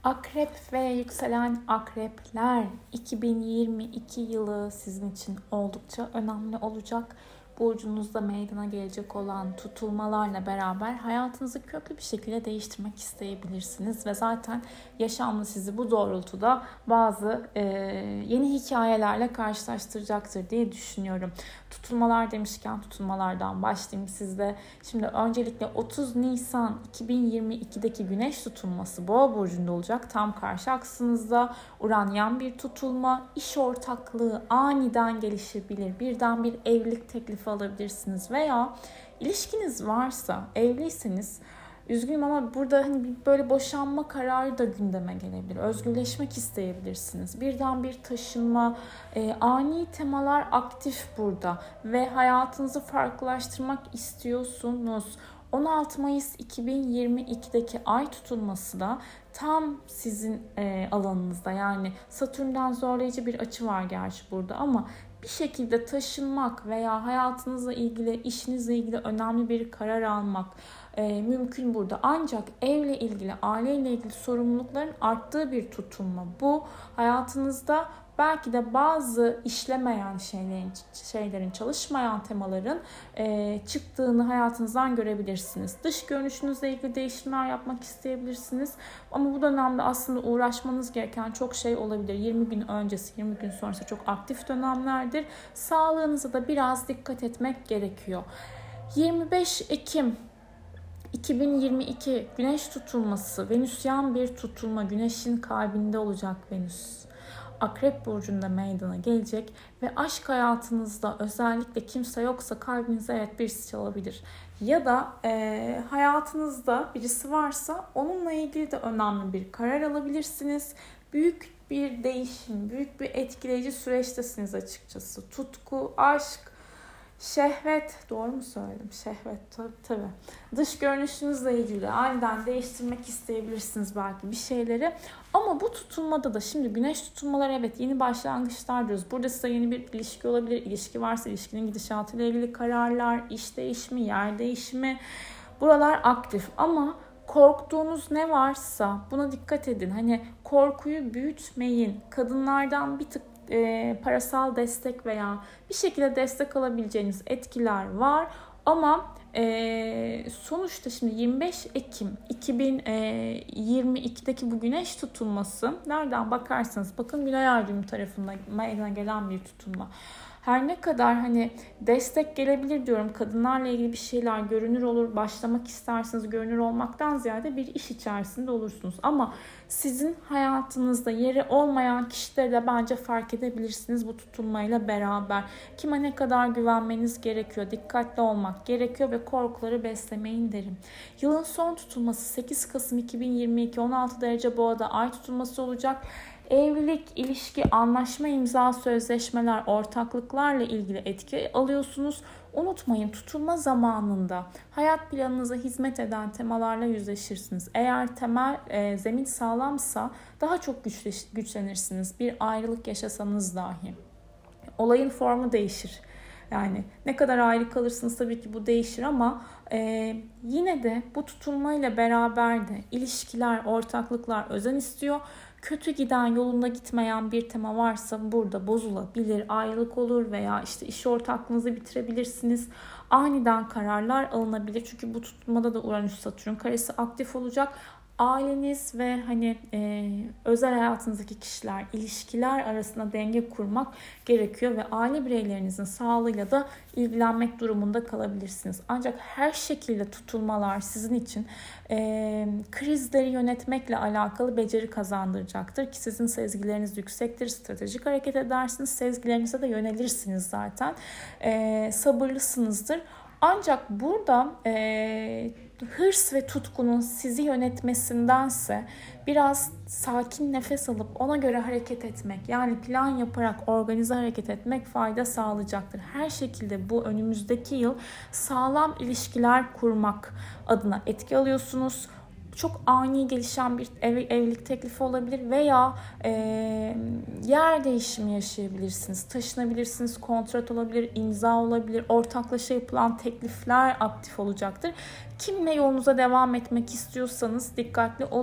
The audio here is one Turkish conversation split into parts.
Akrep ve yükselen akrepler 2022 yılı sizin için oldukça önemli olacak. Burcunuzda meydana gelecek olan tutulmalarla beraber hayatınızı köklü bir şekilde değiştirmek isteyebilirsiniz. Ve zaten yaşamlı sizi bu doğrultuda bazı yeni hikayelerle karşılaştıracaktır diye düşünüyorum. Tutulmalar demişken tutulmalardan başlayayım sizde. Şimdi öncelikle 30 Nisan 2022'deki güneş tutulması Boğa burcunda olacak. Tam karşı aksınızda Uranyen bir tutulma. İş ortaklığı aniden gelişebilir. Birden bir evlilik teklifi alabilirsiniz veya ilişkiniz varsa, evliyseniz üzgünüm ama burada hani böyle boşanma kararı da gündeme gelebilir. Özgürleşmek isteyebilirsiniz. Birden bir taşınma, ani temalar aktif burada ve hayatınızı farklılaştırmak istiyorsunuz. 16 Mayıs 2022'deki ay tutulması da tam sizin alanınızda, yani Satürn'den zorlayıcı bir açı var gerçi burada ama bir şekilde taşınmak veya hayatınızla ilgili, işinizle ilgili önemli bir karar almak mümkün burada. Ancak evle ilgili, aileyle ilgili sorumlulukların arttığı bir tutulma. Bu hayatınızda belki de bazı işlemeyen şeylerin, çalışmayan temaların çıktığını hayatınızdan görebilirsiniz. Dış görünüşünüzle ilgili değişimler yapmak isteyebilirsiniz. Ama bu dönemde aslında uğraşmanız gereken çok şey olabilir. 20 gün öncesi, 20 gün sonrası çok aktif dönemlerdir. Sağlığınıza da biraz dikkat etmek gerekiyor. 25 Ekim 2022 güneş tutulması, Venüsyen bir tutulma, güneşin kalbinde olacak Venüs. Akrep burcunda meydana gelecek ve aşk hayatınızda özellikle kimse yoksa kalbinize evet birisi çalabilir. Ya da hayatınızda birisi varsa onunla ilgili de önemli bir karar alabilirsiniz. Büyük bir değişim, büyük bir etkileyici süreçtesiniz açıkçası. Tutku, aşk, şehvet, doğru mu söyledim? Şehvet tabii. Dış görünüşünüzle ilgili aniden değiştirmek isteyebilirsiniz belki bir şeyleri. Ama bu tutulmada da şimdi güneş tutulmaları evet yeni başlangıçlar diyoruz. Burada size yeni bir ilişki olabilir. İlişki varsa ilişkinin gidişatıyla ilgili kararlar, iş değişimi, yer değişimi. Buralar aktif ama korktuğunuz ne varsa buna dikkat edin. Hani korkuyu büyütmeyin. Kadınlardan bir tık parasal destek veya bir şekilde destek alabileceğiniz etkiler var ama sonuçta şimdi 25 Ekim 2022'deki bu güneş tutulması nereden bakarsanız bakın Güney Ay düğümü tarafından meydana gelen bir tutulma. Her ne kadar hani destek gelebilir diyorum, kadınlarla ilgili bir şeyler görünür olur, başlamak isterseniz görünür olmaktan ziyade bir iş içerisinde olursunuz. Ama sizin hayatınızda yeri olmayan kişileri de bence fark edebilirsiniz bu tutulmayla beraber. Kime ne kadar güvenmeniz gerekiyor, dikkatli olmak gerekiyor ve korkuları beslemeyin derim. Yılın son tutulması 8 Kasım 2022 16 derece Boğa'da ay tutulması olacak. Evlilik, ilişki, anlaşma, imza, sözleşmeler, ortaklıklarla ilgili etki alıyorsunuz. Unutmayın, tutulma zamanında hayat planınıza hizmet eden temalarla yüzleşirsiniz. Eğer temel zemin sağlamsa daha çok güçlenirsiniz. Bir ayrılık yaşasanız dahi. Olayın formu değişir. Yani ne kadar ayrı kalırsınız tabii ki bu değişir ama yine de bu tutulmayla beraber de ilişkiler, ortaklıklar özen istiyor. Kötü giden, yolunda gitmeyen bir tema varsa burada bozulabilir, ayrılık olur veya işte iş ortaklığınızı bitirebilirsiniz. Aniden kararlar alınabilir çünkü bu tutulmada da Uranüs-Satürn karesi aktif olacak. Aileniz ve hani özel hayatınızdaki kişiler, ilişkiler arasında denge kurmak gerekiyor ve aile bireylerinizin sağlığıyla da ilgilenmek durumunda kalabilirsiniz. Ancak her şekilde tutulmalar sizin için krizleri yönetmekle alakalı beceri kazandıracaktır ki sizin sezgileriniz yüksektir, stratejik hareket edersiniz, sezgilerinize de yönelirsiniz zaten, sabırlısınızdır. Ancak burada hırs ve tutkunun sizi yönetmesindense biraz sakin nefes alıp ona göre hareket etmek, yani plan yaparak organize hareket etmek fayda sağlayacaktır. Her şekilde bu önümüzdeki yıl sağlam ilişkiler kurmak adına etki alıyorsunuz. Çok ani gelişen bir evlilik teklifi olabilir veya yer değişimi yaşayabilirsiniz. Taşınabilirsiniz, kontrat olabilir, imza olabilir, ortaklaşa yapılan teklifler aktif olacaktır. Kimle yolunuza devam etmek istiyorsanız dikkatli olun.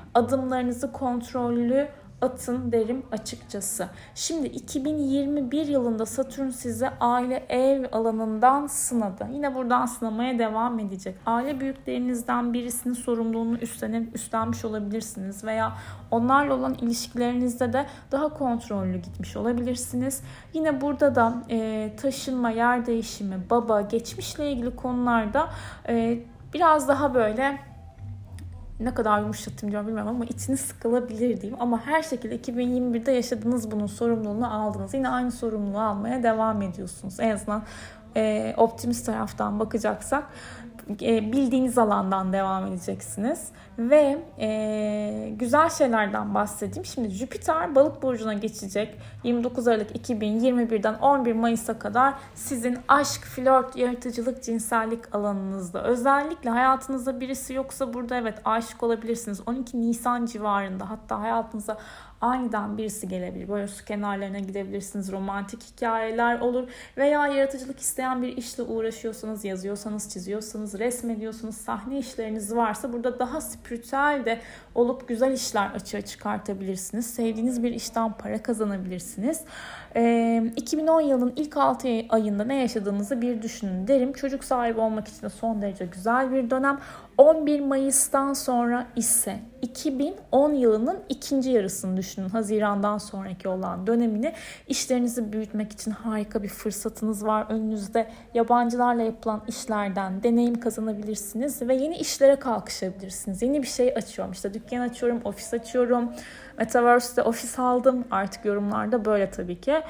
adımlarınızı kontrollü atın derim açıkçası. Şimdi 2021 yılında Satürn size aile ev alanından sınadı. Yine buradan sınamaya devam edecek. Aile büyüklerinizden birisinin sorumluluğunu üstlenmiş olabilirsiniz veya onlarla olan ilişkilerinizde de daha kontrollü gitmiş olabilirsiniz. Yine burada da taşınma, yer değişimi, baba, geçmişle ilgili konularda biraz daha böyle, ne kadar yumuşatayım diyorum bilmiyorum ama içiniz sıkılabilir diyeyim. Ama her şekilde 2021'de yaşadığınız bunun sorumluluğunu aldınız. Yine aynı sorumluluğu almaya devam ediyorsunuz. En azından optimist taraftan bakacaksak bildiğiniz alandan devam edeceksiniz. Ve güzel şeylerden bahsedeyim. Şimdi Jüpiter Balık burcuna geçecek. 29 Aralık 2021'den 11 Mayıs'a kadar sizin aşk, flört, yaratıcılık, cinsellik alanınızda. Özellikle hayatınızda birisi yoksa burada evet aşık olabilirsiniz. 12 Nisan civarında hatta hayatınıza aniden birisi gelebilir. Böyle su kenarlarına gidebilirsiniz. Romantik hikayeler olur. Veya yaratıcılık isteyen bir işle uğraşıyorsanız, yazıyorsanız, çiziyorsanız, resmediyorsanız, sahne işleriniz varsa burada daha spiritüel de olup güzel işler açığa çıkartabilirsiniz. Sevdiğiniz bir işten para kazanabilirsiniz. 2010 yılının ilk 6 ayında ne yaşadığınızı bir düşünün derim. Çocuk sahibi olmak için de son derece güzel bir dönem. 11 Mayıs'tan sonra ise 2010 yılının ikinci yarısını düşünün. Haziran'dan sonraki olan dönemini. İşlerinizi büyütmek için harika bir fırsatınız var. Önünüzde yabancılarla yapılan işlerden deneyim kazanabilirsiniz ve yeni işlere kalkışabilirsiniz. Yeni bir şey açıyorum. İşte dükkan açıyorum, ofis açıyorum. Metaverse'de ofis aldım. Artık yorumlarda böyle tabii ki.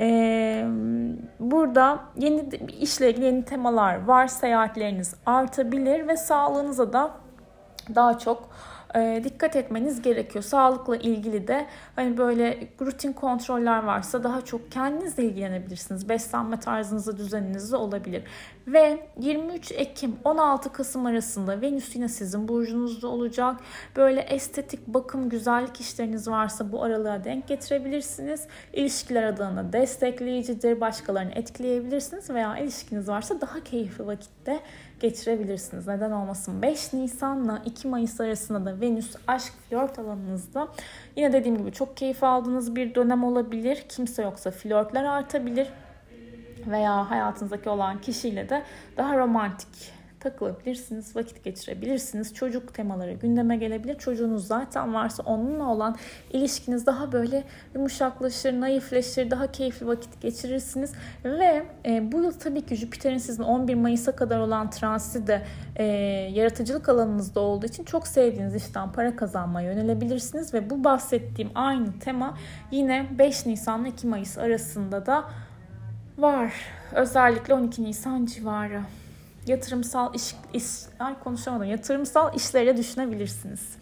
Burada yeni işle ilgili yeni temalar var. Seyahatleriniz artabilir ve sağlığınıza da daha çok dikkat etmeniz gerekiyor. Sağlıkla ilgili de hani böyle rutin kontroller varsa daha çok kendinizle ilgilenebilirsiniz. Beslenme tarzınızda, düzeninizde olabilir. Ve 23 Ekim 16 Kasım arasında Venüs yine sizin burcunuzda olacak. Böyle estetik, bakım, güzellik işleriniz varsa bu aralığa denk getirebilirsiniz. İlişkiler adına destekleyicidir. Başkalarını etkileyebilirsiniz veya ilişkiniz varsa daha keyifli vakitte geçirebilirsiniz. Neden olmasın? 5 Nisan'la 2 Mayıs arasında da Venüs aşk flört alanınızda. Yine dediğim gibi çok keyif aldığınız bir dönem olabilir. Kimse yoksa flörtler artabilir. Veya hayatınızdaki olan kişiyle de daha romantik takılabilirsiniz, vakit geçirebilirsiniz. Çocuk temaları gündeme gelebilir. Çocuğunuz zaten varsa onunla olan ilişkiniz daha böyle yumuşaklaşır, naifleşir, daha keyifli vakit geçirirsiniz. Ve bu yıl tabii ki Jüpiter'in sizin 11 Mayıs'a kadar olan transiti de yaratıcılık alanınızda olduğu için çok sevdiğiniz işten para kazanmaya yönelebilirsiniz. Ve bu bahsettiğim aynı tema yine 5 Nisan ile 2 Mayıs arasında da var. Özellikle 12 Nisan civarı. Yatırımsal yatırımsal işlere düşünebilirsiniz.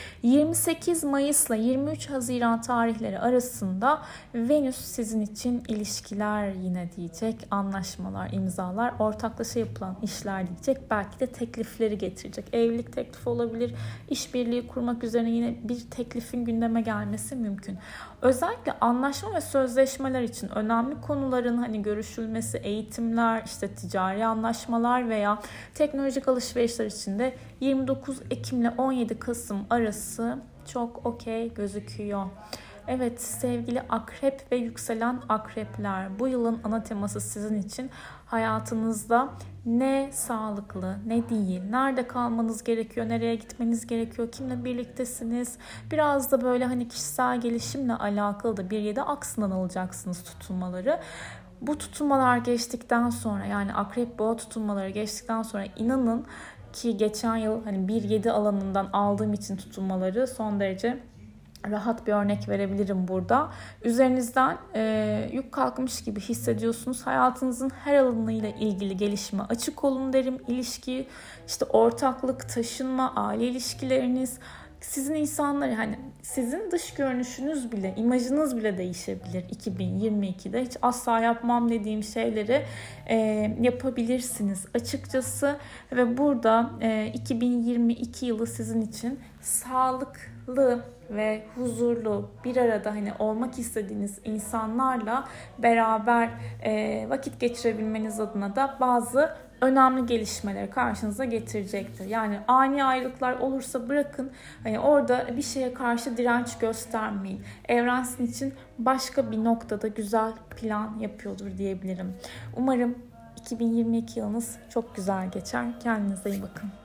28 Mayıs ile 23 Haziran tarihleri arasında Venüs sizin için ilişkiler yine diyecek, anlaşmalar, imzalar, ortaklaşa yapılan işler diyecek, belki de teklifleri getirecek. Evlilik teklifi olabilir, işbirliği kurmak üzerine yine bir teklifin gündeme gelmesi mümkün. Özellikle anlaşma ve sözleşmeler için önemli konuların hani görüşülmesi, eğitimler, işte ticari anlaşmalar veya teknolojik alışverişler için de 29 Ekim ile 17 Kasım arası çok okey gözüküyor. Evet sevgili akrep ve yükselen akrepler, bu yılın ana teması sizin için hayatınızda ne sağlıklı ne değil, nerede kalmanız gerekiyor, nereye gitmeniz gerekiyor, kimle birliktesiniz, biraz da böyle hani kişisel gelişimle alakalı da bir 7 aksından alacaksınız tutulmaları. Bu tutulmalar geçtikten sonra, yani akrep boğa tutulmaları geçtikten sonra inanın ki geçen yıl hani 1-7 alanından aldığım için tutulmaları son derece rahat bir örnek verebilirim burada. Üzerinizden yük kalkmış gibi hissediyorsunuz. Hayatınızın her alanıyla ilgili gelişime açık olun derim. İlişki, işte ortaklık, taşınma, aile ilişkileriniz, sizin insanları, hani sizin dış görünüşünüz bile, imajınız bile değişebilir 2022'de. Hiç asla yapmam dediğim şeyleri yapabilirsiniz açıkçası. Ve burada 2022 yılı sizin için sağlıklı ve huzurlu, bir arada hani olmak istediğiniz insanlarla beraber vakit geçirebilmeniz adına da bazı önemli gelişmeleri karşınıza getirecektir. Yani ani ayrılıklar olursa bırakın, hani orada bir şeye karşı direnç göstermeyin. Evren sizin için başka bir noktada güzel plan yapıyordur diyebilirim. Umarım 2022 yılınız çok güzel geçer. Kendinize iyi bakın.